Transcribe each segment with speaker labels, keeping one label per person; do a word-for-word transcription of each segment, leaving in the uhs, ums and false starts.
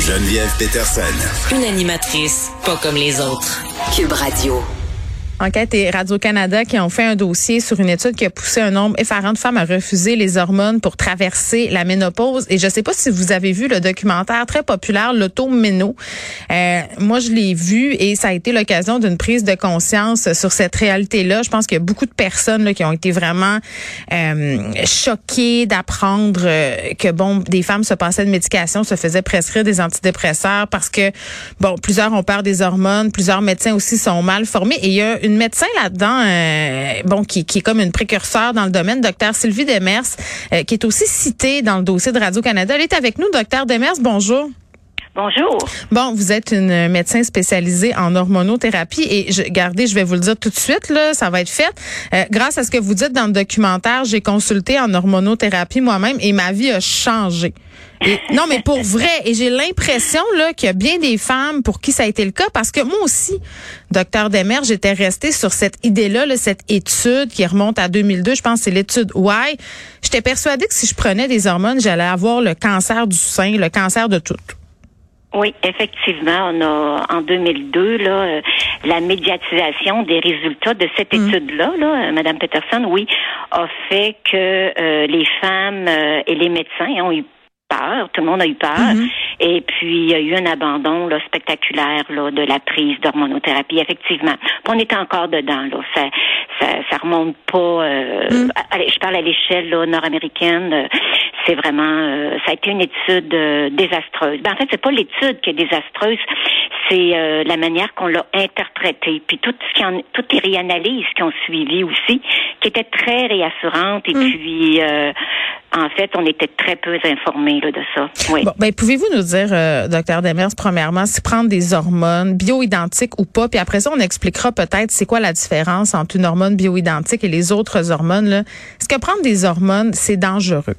Speaker 1: Geneviève Peterson.
Speaker 2: Une animatrice pas comme les autres. Cube Radio.
Speaker 3: Enquête et Radio-Canada qui ont fait un dossier sur une étude qui a poussé un nombre effarant de femmes à refuser les hormones pour traverser la ménopause. Et je ne sais pas si vous avez vu le documentaire très populaire, l'Auto-Méno. Euh, moi, je l'ai vu et ça a été l'occasion d'une prise de conscience sur cette réalité-là. Je pense qu'il y a beaucoup de personnes là, qui ont été vraiment euh, choquées d'apprendre euh, que, bon, des femmes se passaient de médication, se faisaient prescrire des antidépresseurs parce que, bon, plusieurs ont peur des hormones, plusieurs médecins aussi sont mal formés. Et il y a une médecin là-dedans, euh, bon, qui, qui est comme une précurseur dans le domaine, docteur Sylvie Demers, euh, qui est aussi citée dans le dossier de Radio-Canada. Elle est avec nous, docteur Demers. Bonjour.
Speaker 4: Bonjour.
Speaker 3: Bon, vous êtes une médecin spécialisée en hormonothérapie et je, regardez, je vais vous le dire tout de suite, là, ça va être fait. Euh, grâce à ce que vous dites dans le documentaire, j'ai consulté en hormonothérapie moi-même et ma vie a changé. Et, non, mais pour vrai, et j'ai l'impression là qu'il y a bien des femmes pour qui ça a été le cas, parce que moi aussi, docteur Demers, j'étais restée sur cette idée-là, là, cette étude qui remonte à deux mille deux, je pense que c'est l'étude Y. J'étais persuadée que si je prenais des hormones, j'allais avoir le cancer du sein, le cancer de tout.
Speaker 4: Oui, effectivement, on a en deux mille deux là euh, la médiatisation des résultats de cette mmh. étude-là, là, euh, Madame Peterson, oui, a fait que euh, les femmes euh, et les médecins ont eu peur, tout le monde a eu peur, mm-hmm. et puis il y a eu un abandon là, spectaculaire là, de la prise d'hormonothérapie, effectivement. Puis on est encore dedans, là, ça, ça, ça remonte pas, euh, mm. allez, je parle à l'échelle là, nord-américaine, euh, c'est vraiment, euh, ça a été une étude euh, désastreuse. Ben, en fait, c'est pas l'étude qui est désastreuse, c'est euh, la manière qu'on l'a interprétée, puis tout ce qui en, toutes les réanalyses qui ont suivi aussi, qui étaient très réassurantes, et mm. puis euh, en fait, on était très peu informés là, de ça. Oui.
Speaker 3: Bon, ben, pouvez-vous nous dire, euh, docteur Demers, premièrement, si prendre des hormones bioidentiques ou pas, puis après ça, on expliquera peut-être c'est quoi la différence entre une hormone bioidentique et les autres hormones. Là. Est-ce que prendre des hormones, c'est dangereux?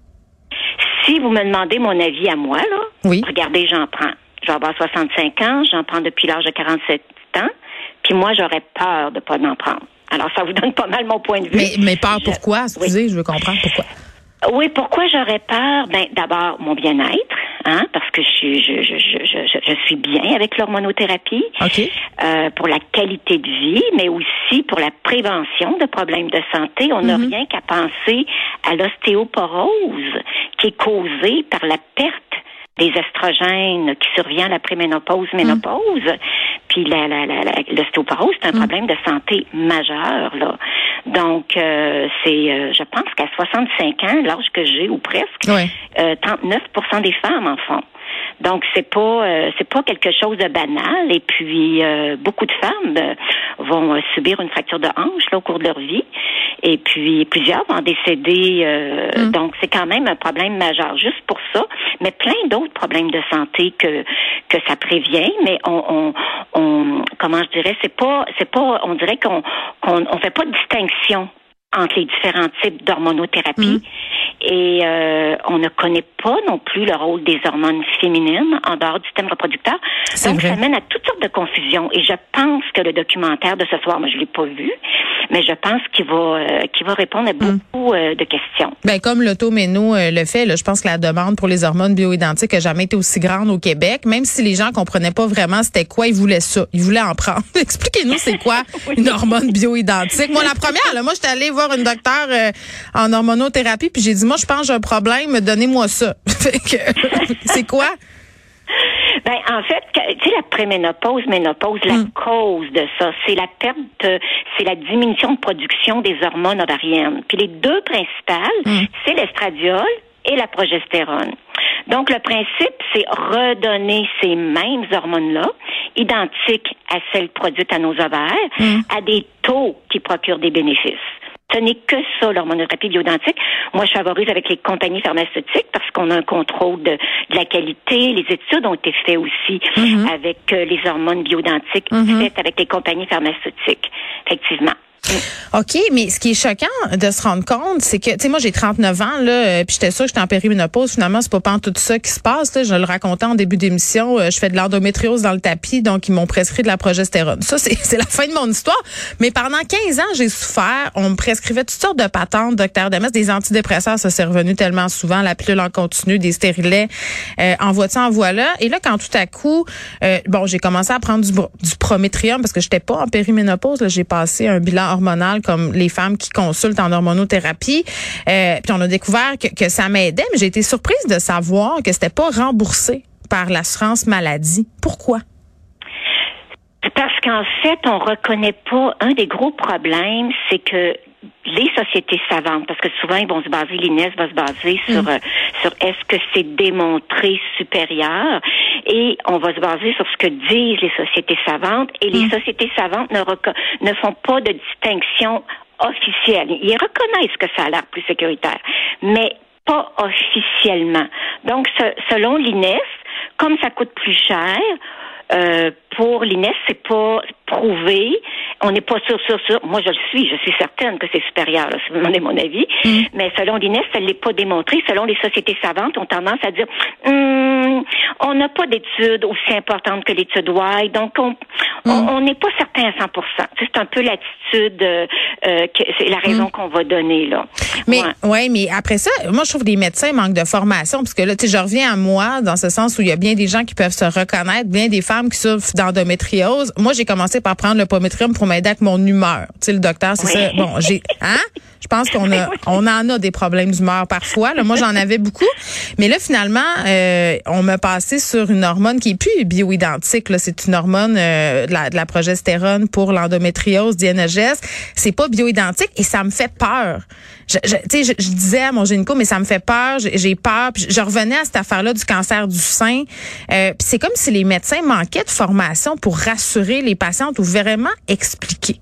Speaker 4: Si vous me demandez mon avis à moi, là,
Speaker 3: oui.
Speaker 4: regardez, j'en prends. Je vais avoir soixante-cinq ans, j'en prends depuis l'âge de quarante-sept ans, puis moi, j'aurais peur de ne pas en prendre. Alors, ça vous donne pas mal mon point de vue.
Speaker 3: Mais, mais peur
Speaker 4: je...
Speaker 3: pourquoi? Excusez,
Speaker 4: oui.
Speaker 3: je veux comprendre pourquoi.
Speaker 4: Oui, pourquoi j'aurais peur? Ben, d'abord, mon bien-être, hein, parce que je suis, je, je, je, je, je suis bien avec l'hormonothérapie.
Speaker 3: OK.
Speaker 4: Euh, pour la qualité de vie, mais aussi pour la prévention de problèmes de santé. On n'a mm-hmm. rien qu'à penser à l'ostéoporose qui est causée par la perte des estrogènes qui survient à la préménopause, ménopause. Mm. Puis la, la, la, la, l'ostéoporose, c'est un mm. problème de santé majeur, là. Donc, euh, c'est, euh, je pense qu'à soixante-cinq ans, l'âge que j'ai, ou presque,
Speaker 3: ouais.
Speaker 4: euh, trente-neuf pour cent des femmes en font. Donc, c'est pas euh, c'est pas quelque chose de banal. Et puis, euh, beaucoup de femmes euh, vont euh, subir une fracture de hanche là, au cours de leur vie. Et puis, plusieurs vont décéder. Euh, mm. Donc, c'est quand même un problème majeur, juste pour ça. Mais plein d'autres problèmes de santé que que ça prévient. Mais on, on, on comment je dirais, c'est pas c'est pas, on dirait qu'on qu'on on fait pas de distinction entre les différents types d'hormonothérapie. Mmh. Et euh, on ne connaît pas non plus le rôle des hormones féminines en dehors du système reproducteur.
Speaker 3: C'est
Speaker 4: Donc,
Speaker 3: vrai.
Speaker 4: ça mène à toutes sortes de confusions. Et je pense que le documentaire de ce soir, moi, je l'ai pas vu, mais je pense qu'il va euh, qu'il va répondre à beaucoup mmh. euh, de questions.
Speaker 3: Ben comme l'Auto-Méno euh, le fait, là, je pense que la demande pour les hormones bioidentiques n'a jamais été aussi grande au Québec. Même si les gens comprenaient pas vraiment c'était quoi, ils voulaient ça. Ils voulaient en prendre. Expliquez-nous c'est quoi oui. une hormone bioidentique. Moi, la première, là, moi, j'étais allée voir une docteure euh, en hormonothérapie, puis j'ai dit, moi, je pense que j'ai un problème, donnez-moi ça. C'est quoi?
Speaker 4: Ben, en fait, tu sais, la préménopause, ménopause, la mm. cause de ça, c'est la perte, de, c'est la diminution de production des hormones ovariennes. Puis les deux principales, mm. c'est l'estradiol et la progestérone. Donc, le principe, c'est redonner ces mêmes hormones-là, identiques à celles produites à nos ovaires, mm. à des taux qui procurent des bénéfices. Ce n'est que ça, l'hormonothérapie bioidentique. Moi, je favorise avec les compagnies pharmaceutiques parce qu'on a un contrôle de, de la qualité. Les études ont été faites aussi mm-hmm. avec euh, les hormones bioidentiques mm-hmm. faites avec les compagnies pharmaceutiques, effectivement.
Speaker 3: OK, mais ce qui est choquant de se rendre compte, c'est que, tu sais, moi, j'ai trente-neuf ans, là, puis j'étais sûre que j'étais en périménopause. Finalement, c'est pas pas tout ça qui se passe, là. Je le racontais en début d'émission. Je fais de l'endométriose dans le tapis, donc ils m'ont prescrit de la progestérone. Ça, c'est, c'est la fin de mon histoire. Mais pendant quinze ans, j'ai souffert. On me prescrivait toutes sortes de patentes, docteur Demers, des antidépresseurs. Ça, c'est revenu tellement souvent. La pilule en continu, des stérilets, euh, envoie-tu, envoie-là. Et là, quand tout à coup, euh, bon, j'ai commencé à prendre du, du prométrium parce que j'étais pas en périménopause, là. J'ai passé un bilan hormonal comme les femmes qui consultent en hormonothérapie. Euh, puis on a découvert que, que ça m'aidait, mais j'ai été surprise de savoir que c'était pas remboursé par l'assurance maladie. Pourquoi?
Speaker 4: Parce qu'en fait, on reconnaît pas un des gros problèmes, c'est que les sociétés savantes, parce que souvent ils vont se baser, l'I N E S va se baser sur mmh. euh, sur est-ce que c'est démontré supérieur, et on va se baser sur ce que disent les sociétés savantes, et les mmh. sociétés savantes ne reco- ne font pas de distinction officielle. Ils reconnaissent que ça a l'air plus sécuritaire, mais pas officiellement. Donc, ce, selon l'I N E S, comme ça coûte plus cher, euh, pour l'I N E S, c'est pas prouvé. On n'est pas sûr, sûr, sûr. Moi, je le suis. Je suis certaine que c'est supérieur, là, si vous demandez mon avis. Mm. Mais selon l'I N E S, ça ne l'est pas démontré. Selon les sociétés savantes, ont tendance à dire hum, on n'a pas d'études aussi importantes que l'étude White. Donc, on mm. on n'est pas certain à cent pour cent. C'est un peu l'attitude, euh, que c'est la raison mm. qu'on va donner, là.
Speaker 3: Mais,
Speaker 4: ouais.
Speaker 3: ouais, mais après ça, moi, je trouve que les médecins manquent de formation, parce que là, tu sais, je reviens à moi, dans ce sens où il y a bien des gens qui peuvent se reconnaître, bien des femmes qui souffrent d'endométriose. Moi, j'ai commencé par prendre le prométrium pour m'aider avec mon humeur. Tu sais, le docteur, c'est oui. ça. Bon, j'ai, hein? Je pense qu'on a, on en a des problèmes d'humeur parfois. Là, moi, j'en avais beaucoup. Mais là, finalement, euh, on m'a passé sur une hormone qui est plus bioidentique. Là, c'est une hormone euh, de, la, de la progestérone pour l'endométriose, D N G S. C'est pas bioidentique et ça me fait peur. Je, je, tu sais, je, je disais à mon gynéco, mais ça me fait peur. J'ai, j'ai peur. Puis je revenais à cette affaire-là du cancer du sein. Euh, puis c'est comme si les médecins manquaient de formation pour rassurer les patientes ou vraiment expliquer.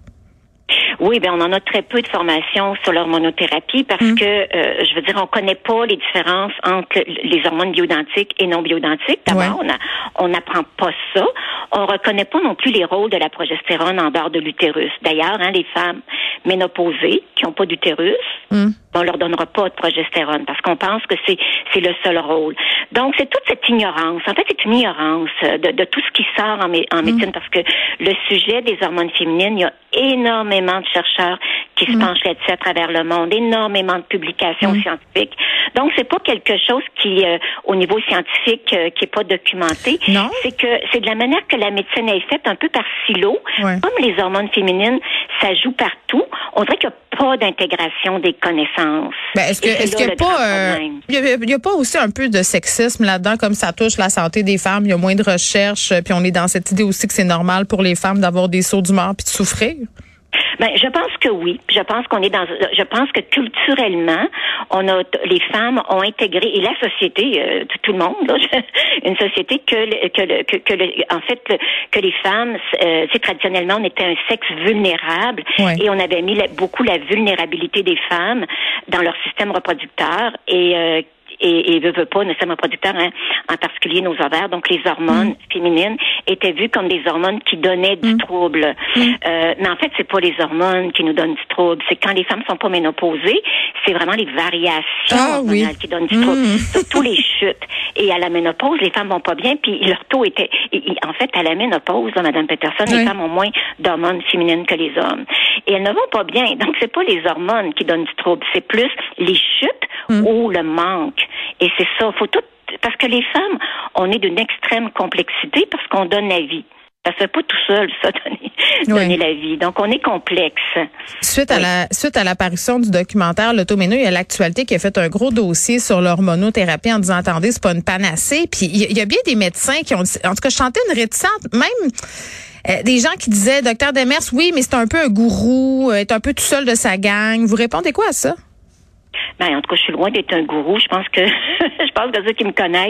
Speaker 4: Oui, ben on en a très peu de formation sur l'hormonothérapie parce mmh. que, euh, je veux dire, on connaît pas les différences entre les hormones bioidentiques et non bioidentiques. D'abord, ouais. on n'apprend pas ça. On reconnaît pas non plus les rôles de la progestérone en dehors de l'utérus. D'ailleurs, hein, les femmes ménopausées qui n'ont pas d'utérus, mmh. on leur donnera pas de progestérone parce qu'on pense que c'est c'est le seul rôle. Donc, c'est toute cette ignorance. En fait, c'est une ignorance de, de tout ce qui sort en, mé- en médecine mmh. parce que le sujet des hormones féminines, il y a énormément de chercheurs qui mmh. se penchent là-dessus à travers le monde, énormément de publications mmh. scientifiques. Donc, c'est pas quelque chose qui, euh, au niveau scientifique, euh, qui est pas documenté.
Speaker 3: Non.
Speaker 4: C'est que c'est de la manière que la médecine est faite, un peu par silo. Ouais. Comme les hormones féminines, ça joue partout. On dirait qu'il n'y a pas d'intégration des connaissances.
Speaker 3: Ben, est-ce que, est-ce qu'il n'y a pas, euh, il y a, il y a pas aussi un peu de sexisme là-dedans, comme ça touche la santé des femmes, il y a moins de recherche, puis on est dans cette idée aussi que c'est normal pour les femmes d'avoir des sauts d'humeur puis de souffrir?
Speaker 4: Ben, je pense que oui. Je pense qu'on est dans. Je pense que culturellement, on a les femmes ont intégré et la société, euh, tout, tout le monde, là, une société que le, que le, que, que le, en fait le, que les femmes, euh, c'est traditionnellement on était un sexe vulnérable ouais. et on avait mis la, beaucoup la vulnérabilité des femmes dans leur système reproducteur et euh, et, et veut, veut pas, nos systèmes reproducteurs, hein, en particulier nos ovaires, donc les hormones mmh. féminines étaient vues comme des hormones qui donnaient du mmh. trouble. Mmh. Euh, mais en fait, c'est pas les hormones qui nous donnent du trouble, c'est quand les femmes sont pas ménopausées, c'est vraiment les variations
Speaker 3: ah,
Speaker 4: hormonales
Speaker 3: oui.
Speaker 4: qui donnent du trouble,
Speaker 3: mmh.
Speaker 4: surtout les chutes. Et à la ménopause, les femmes vont pas bien, puis leur taux était, et, et, en fait, à la ménopause, là, Madame Peterson, oui. les femmes ont moins d'hormones féminines que les hommes. Et elles ne vont pas bien, donc c'est pas les hormones qui donnent du trouble, c'est plus les chutes mmh. ou le manque. Et c'est ça, faut tout, parce que les femmes, on est d'une extrême complexité parce qu'on donne la vie. Ça se fait pas tout seul, ça, donner, oui. donner la vie. Donc, on est complexe.
Speaker 3: Suite oui. à la, suite à l'apparition du documentaire L'Automéno, il y a l'Actualité qui a fait un gros dossier sur l'hormonothérapie en disant, attendez, c'est pas une panacée. Puis, il y, y a bien des médecins qui ont, en tout cas, je sentais une réticence, même, euh, des gens qui disaient, docteur Demers, oui, mais c'est un peu un gourou, est un peu tout seul de sa gang. Vous répondez quoi à ça?
Speaker 4: Ben, en tout cas, je suis loin d'être un gourou. Je pense que, je pense que ceux qui me connaissent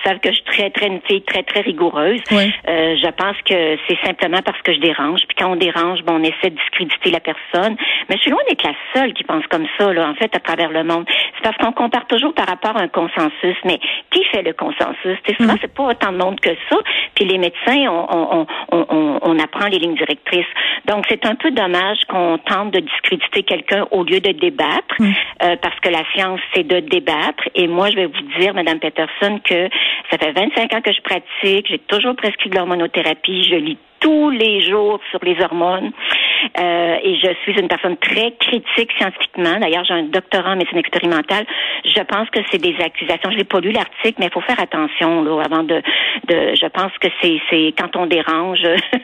Speaker 4: savent que je suis très, très une fille très, très rigoureuse.
Speaker 3: Oui.
Speaker 4: Euh, je pense que c'est simplement parce que je dérange. Puis quand on dérange, bon, on essaie de discréditer la personne. Mais je suis loin d'être la seule qui pense comme ça, là, en fait, à travers le monde. C'est parce qu'on compare toujours par rapport à un consensus. Mais qui fait le consensus? T'sais, souvent, mm. c'est pas autant de monde que ça. Puis les médecins, on, on, on, on, on apprend les lignes directrices. Donc, c'est un peu dommage qu'on tente de discréditer quelqu'un au lieu de débattre, mm. euh, parce que la science, c'est de débattre. Et moi, je vais vous dire, Madame Peterson, que ça fait vingt-cinq ans que je pratique. J'ai toujours prescrit de l'hormonothérapie. Je lis tous les jours sur les hormones. Euh, et je suis une personne très critique scientifiquement. D'ailleurs, j'ai un doctorat en médecine expérimentale. Je pense que c'est des accusations. Je n'ai pas lu l'article, mais il faut faire attention là, avant de, de. Je pense que c'est, c'est quand on dérange.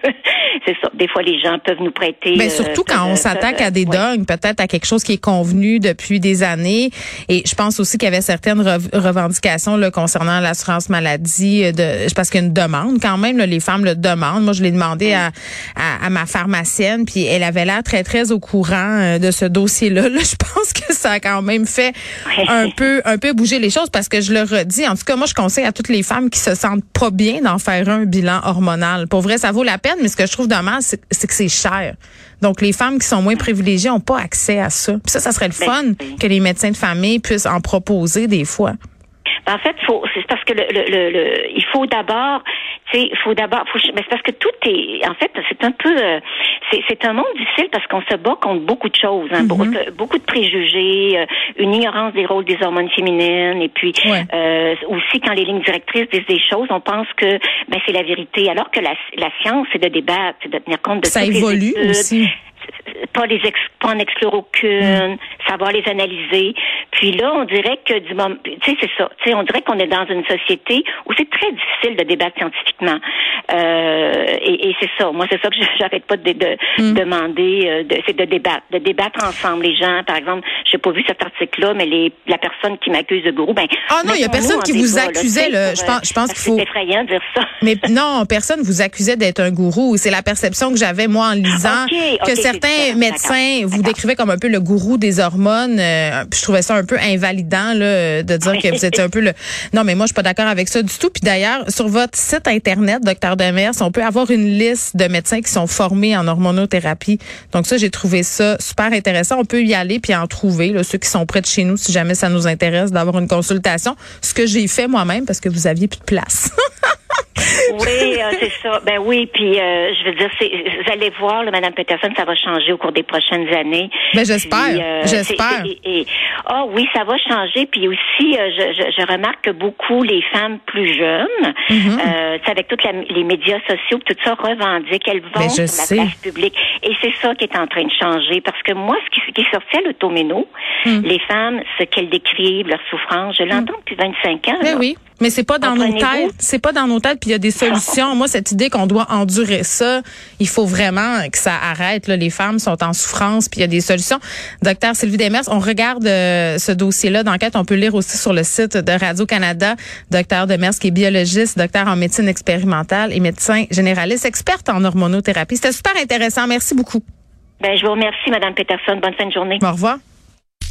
Speaker 4: C'est ça. Des fois, les gens peuvent nous prêter.
Speaker 3: Mais surtout
Speaker 4: euh,
Speaker 3: quand
Speaker 4: euh,
Speaker 3: on s'attaque
Speaker 4: euh,
Speaker 3: à des
Speaker 4: ouais.
Speaker 3: dogmes, peut-être à quelque chose qui est convenu depuis des années. Et je pense aussi qu'il y avait certaines rev- revendications là, concernant l'assurance maladie. De, parce qu'il y a une demande quand même. Là, les femmes le demandent. Moi, je l'ai demandé à, à, à ma pharmacienne, puis elle avait l'air très, très au courant de ce dossier-là. Là, je pense que ça a quand même fait un peu, un peu bouger les choses parce que je le redis. En tout cas, moi, je conseille à toutes les femmes qui se sentent pas bien d'en faire un bilan hormonal. Pour vrai, ça vaut la peine, mais ce que je trouve dommage, c'est, c'est que c'est cher. Donc, les femmes qui sont moins privilégiées n'ont pas accès à ça. Puis ça, ça serait le fun ben, que les médecins de famille puissent en proposer des fois.
Speaker 4: En fait, faut, c'est parce que le, le, le, le il faut d'abord, tu sais, il faut d'abord, faut, mais c'est parce que tout est, en fait, c'est un peu, euh, c'est, c'est un monde difficile parce qu'on se bat contre beaucoup de choses, hein, mm-hmm. beaucoup, beaucoup de préjugés, euh, une ignorance des rôles des hormones féminines, et puis ouais. euh, aussi quand les lignes directrices disent des choses, on pense que ben c'est la vérité, alors que la, la science, c'est de débattre, c'est de tenir compte de
Speaker 3: ça
Speaker 4: toutes
Speaker 3: évolue
Speaker 4: les études.
Speaker 3: aussi.
Speaker 4: Pas les ex, pas en exclure aucune, mm. savoir les analyser. Puis là, on dirait que du moment, tu sais, c'est ça. Tu sais, on dirait qu'on est dans une société où c'est très difficile de débattre scientifiquement. Euh, et, et c'est ça. Moi, c'est ça que j'arrête pas de, de mm. demander. Euh, de, c'est de débattre, de débattre ensemble. Les gens, par exemple, j'ai pas vu cet article-là, mais les, la personne qui m'accuse de gourou, ben.
Speaker 3: Ah non, il y a personne qui vous accusait. Là, je pense, je pense qu'il faut.
Speaker 4: C'est effrayant de dire ça.
Speaker 3: Mais non, personne vous accusait d'être un gourou. C'est la perception que j'avais moi en lisant
Speaker 4: okay,
Speaker 3: que
Speaker 4: okay,
Speaker 3: certains médecins d'accord, vous décrivaient comme un peu le gourou des hormones. Euh, je trouvais ça un peu invalidant là, de dire que vous étiez un peu le... Non, mais moi, je suis pas d'accord avec ça du tout. Puis d'ailleurs, sur votre site Internet, docteur Demers, on peut avoir une liste de médecins qui sont formés en hormonothérapie. Donc ça, j'ai trouvé ça super intéressant. On peut y aller puis en trouver, là, ceux qui sont près de chez nous, si jamais ça nous intéresse d'avoir une consultation. Ce que j'ai fait moi-même parce que vous aviez plus de place.
Speaker 4: Oui, euh, c'est ça. Ben oui, puis euh, je veux dire, c'est, vous allez voir, là, Madame Peterson, ça va changer au cours des prochaines années.
Speaker 3: Ben j'espère,
Speaker 4: puis, euh,
Speaker 3: j'espère.
Speaker 4: Ah oh, oui, ça va changer. Puis aussi, euh, je, je, je remarque que beaucoup les femmes plus jeunes, mm-hmm. euh, avec tous les médias sociaux, tout ça revendiquent, elles vont sur
Speaker 3: sais.
Speaker 4: la place publique. Et c'est ça qui est en train de changer, parce que moi, ce qui, qui est sorti à l'automéno, mm. les femmes, ce qu'elles décrivent, leur souffrance, je l'entends mm. depuis vingt-cinq ans.
Speaker 3: Ben
Speaker 4: là.
Speaker 3: oui. Mais c'est pas dans nos têtes, c'est pas dans nos têtes, puis il y a des solutions. Moi, cette idée qu'on doit endurer ça, il faut vraiment que ça arrête. Là, les femmes sont en souffrance, puis il y a des solutions. Docteur Sylvie Demers, on regarde euh, ce dossier-là d'enquête. On peut lire aussi sur le site de Radio-Canada. Docteur Demers, qui est biologiste, docteur en médecine expérimentale et médecin généraliste, experte en hormonothérapie. C'était super intéressant. Merci beaucoup.
Speaker 4: Ben, je vous remercie, Madame Peterson. Bonne fin de journée.
Speaker 3: Au revoir.